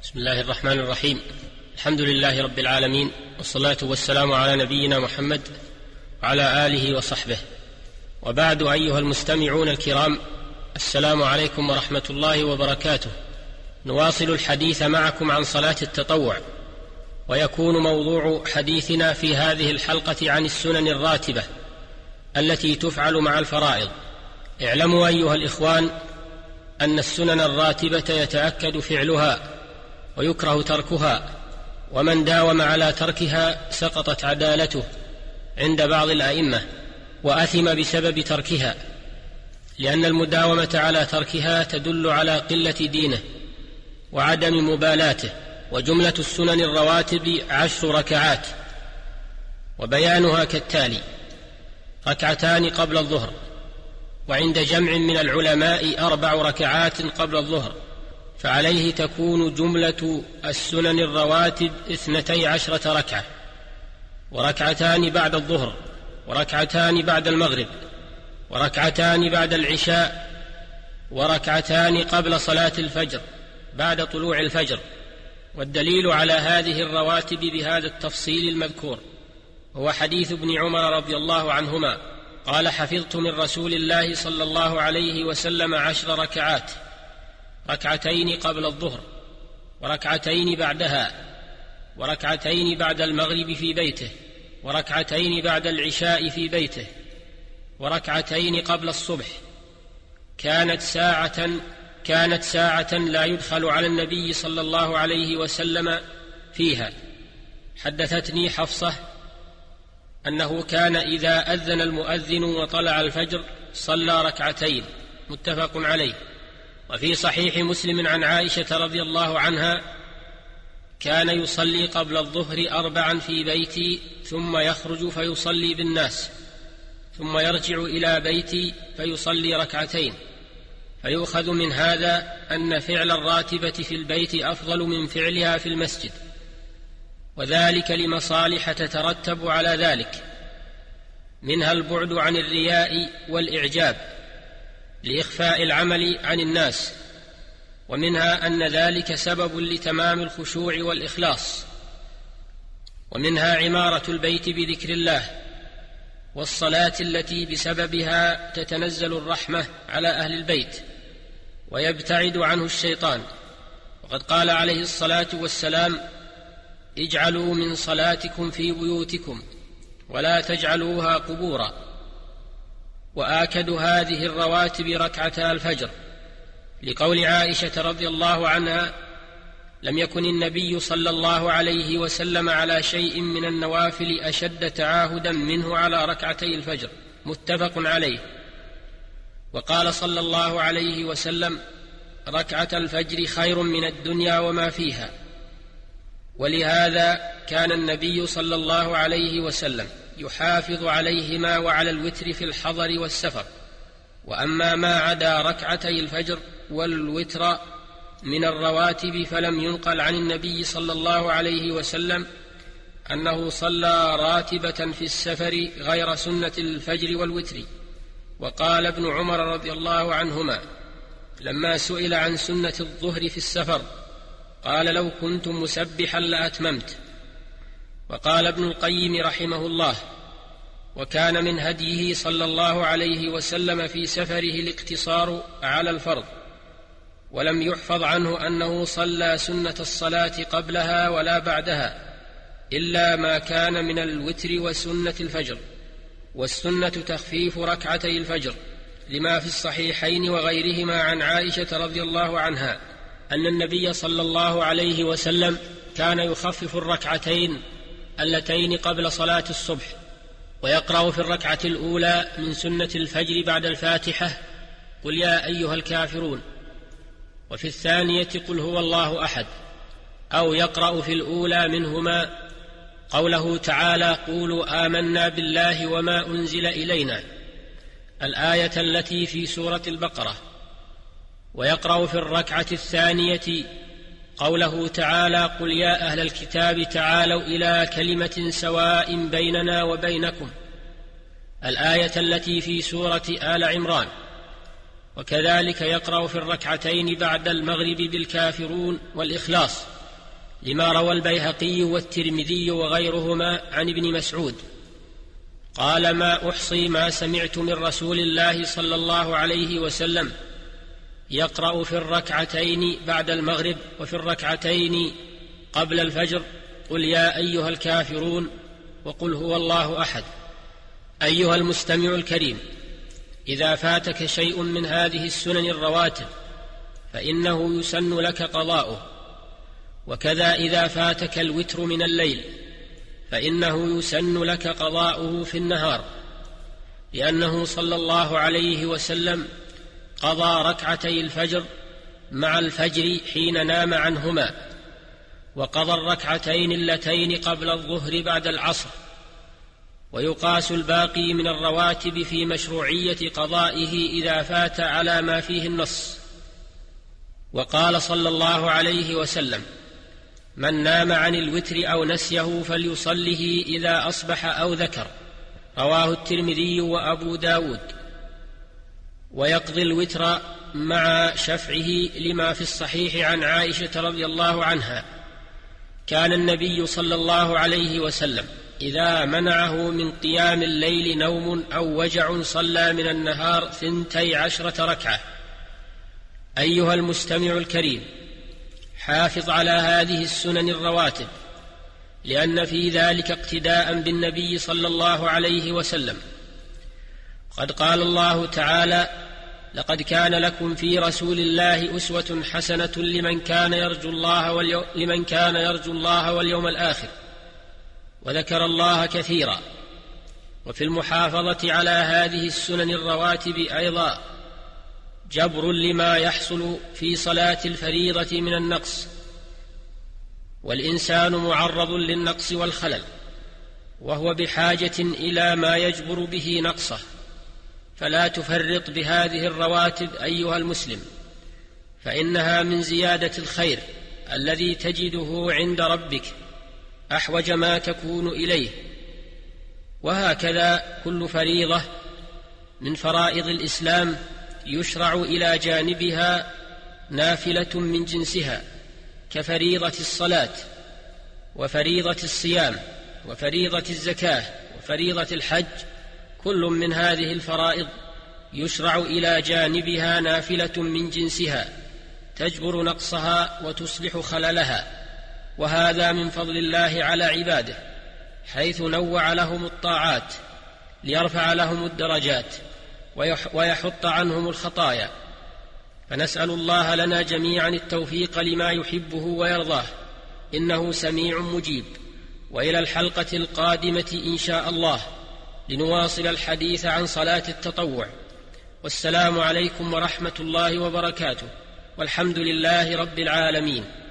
بسم الله الرحمن الرحيم. الحمد لله رب العالمين، والصلاة والسلام على نبينا محمد وعلى آله وصحبه، وبعد. أيها المستمعون الكرام، السلام عليكم ورحمة الله وبركاته. نواصل الحديث معكم عن صلاة التطوع، ويكون موضوع حديثنا في هذه الحلقة عن السنن الراتبة التي تفعل مع الفرائض. اعلموا أيها الإخوان أن السنن الراتبة يتأكد فعلها ويكره تركها، ومن داوم على تركها سقطت عدالته عند بعض الأئمة وأثم بسبب تركها، لأن المداومة على تركها تدل على قلة دينه وعدم مبالاته. وجملة السنن الرواتب 10 ركعات، وبيانها كالتالي: 2 قبل الظهر، وعند جمع من العلماء 4 ركعات قبل الظهر، فعليه تكون جملة السنن الرواتب 12 ركعة، 2 بعد الظهر، 2 بعد المغرب، 2 بعد العشاء، 2 قبل صلاة الفجر بعد طلوع الفجر. والدليل على هذه الرواتب بهذا التفصيل المذكور هو حديث ابن عمر رضي الله عنهما قال: حفظت من رسول الله صلى الله عليه وسلم 10 ركعات، 2 قبل الظهر، 2 بعدها، 2 بعد المغرب في بيته، 2 بعد العشاء في بيته، 2 قبل الصبح. كانت ساعة لا يدخل على النبي صلى الله عليه وسلم فيها. حدثتني حفصة أنه كان إذا أذن المؤذن وطلع الفجر صلى 2، متفق عليه. وفي صحيح مسلم عن عائشة رضي الله عنها: كان يصلي قبل الظهر 4 في بيتي، ثم يخرج فيصلي بالناس، ثم يرجع إلى بيتي فيصلي 2. فيؤخذ من هذا أن فعل الراتبة في البيت أفضل من فعلها في المسجد، وذلك لمصالح تترتب على ذلك، منها البعد عن الرياء والإعجاب لإخفاء العمل عن الناس، ومنها أن ذلك سبب لتمام الخشوع والإخلاص، ومنها عمارة البيت بذكر الله والصلاة التي بسببها تتنزل الرحمة على أهل البيت ويبتعد عنه الشيطان. وقد قال عليه الصلاة والسلام: اجعلوا من صلاتكم في بيوتكم ولا تجعلوها قبورا. وآكد هذه الرواتب 2 الفجر، لقول عائشة رضي الله عنها: لم يكن النبي صلى الله عليه وسلم على شيء من النوافل أشد تعاهدا منه على 2 الفجر، متفق عليه. وقال صلى الله عليه وسلم: 2 الفجر خير من الدنيا وما فيها. ولهذا كان النبي صلى الله عليه وسلم يحافظ عليهما وعلى الوتر في الحضر والسفر. وأما ما عدا 2 الفجر والوتر من الرواتب فلم ينقل عن النبي صلى الله عليه وسلم أنه صلى راتبة في السفر غير سنة الفجر والوتر. وقال ابن عمر رضي الله عنهما لما سئل عن سنة الظهر في السفر قال: لو كنت مسبحا لأتممت. وقال ابن القيم رحمه الله: وكان من هديه صلى الله عليه وسلم في سفره الاقتصار على الفرض، ولم يحفظ عنه أنه صلى سنة الصلاة قبلها ولا بعدها إلا ما كان من الوتر وسنة الفجر. والسنة تخفيف 2 الفجر، لما في الصحيحين وغيرهما عن عائشة رضي الله عنها أن النبي صلى الله عليه وسلم كان يخفف 2 اللتين قبل صلاة الصبح، ويقرأ في 2 الأولى من سنة الفجر بعد الفاتحة: قل يا أيها الكافرون، وفي الثانية: قل هو الله أحد، أو يقرأ في الأولى منهما قوله تعالى: قولوا آمنا بالله وما أنزل إلينا، الآية التي في سورة البقرة. ويقرأ في 2 قوله تعالى: قل يا أهل الكتاب تعالوا إلى كلمة سواء بيننا وبينكم، الآية التي في سورة آل عمران. وكذلك يقرأ في 2 بعد المغرب بالكافرون والإخلاص، لما روى البيهقي والترمذي وغيرهما عن ابن مسعود قال: ما أحصي ما سمعت من رسول الله صلى الله عليه وسلم يقرأ في الركعتين بعد المغرب وفي الركعتين قبل الفجر قل يا أيها الكافرون وقل هو الله أحد. أيها المستمع الكريم، إذا فاتك شيء من هذه السنن الرواتب فإنه يسن لك قضاؤه، وكذا إذا فاتك الوتر من الليل فإنه يسن لك قضاؤه في النهار، لأنه صلى الله عليه وسلم قضى ركعتي الفجر مع الفجر حين نام عنهما، وقضى الركعتين اللتين قبل الظهر بعد العصر، ويقاس الباقي من الرواتب في مشروعية قضائه إذا فات على ما فيه النص. وقال صلى الله عليه وسلم: من نام عن الوتر أو نسيه فليصله إذا أصبح أو ذكر، رواه الترمذي وأبو داود. ويقضي الوتر مع شفعه لما في الصحيح عن عائشة رضي الله عنها: كان النبي صلى الله عليه وسلم إذا منعه من قيام الليل نوم أو وجع صلى من النهار 12 ركعة. أيها المستمع الكريم، حافظ على هذه السنن الرواتب، لأن في ذلك اقتداء بالنبي صلى الله عليه وسلم. قد قال الله تعالى: لقد كان لكم في رسول الله أسوة حسنة لمن كان يرجو الله واليوم الآخر، وذكر الله كثيرا. وفي المحافظة على هذه السنن الرواتب أيضا جبر لما يحصل في صلاة الفريضة من النقص، والإنسان معرض للنقص والخلل، وهو بحاجة إلى ما يجبر به نقصه، فلا تفرط بهذه الرواتب أيها المسلم، فإنها من زيادة الخير الذي تجده عند ربك أحوج ما تكون إليه. وهكذا كل فريضة من فرائض الإسلام يشرع إلى جانبها نافلة من جنسها، كفريضة الصلاة وفريضة الصيام وفريضة الزكاة وفريضة الحج. كل من هذه الفرائض يشرع إلى جانبها نافلة من جنسها تجبر نقصها وتصلح خللها، وهذا من فضل الله على عباده، حيث نوع لهم الطاعات ليرفع لهم الدرجات ويحط عنهم الخطايا. فنسأل الله لنا جميعا التوفيق لما يحبه ويرضاه، إنه سميع مجيب. وإلى الحلقة القادمة إن شاء الله لنواصل الحديث عن صلاة التطوع. والسلام عليكم ورحمة الله وبركاته، والحمد لله رب العالمين.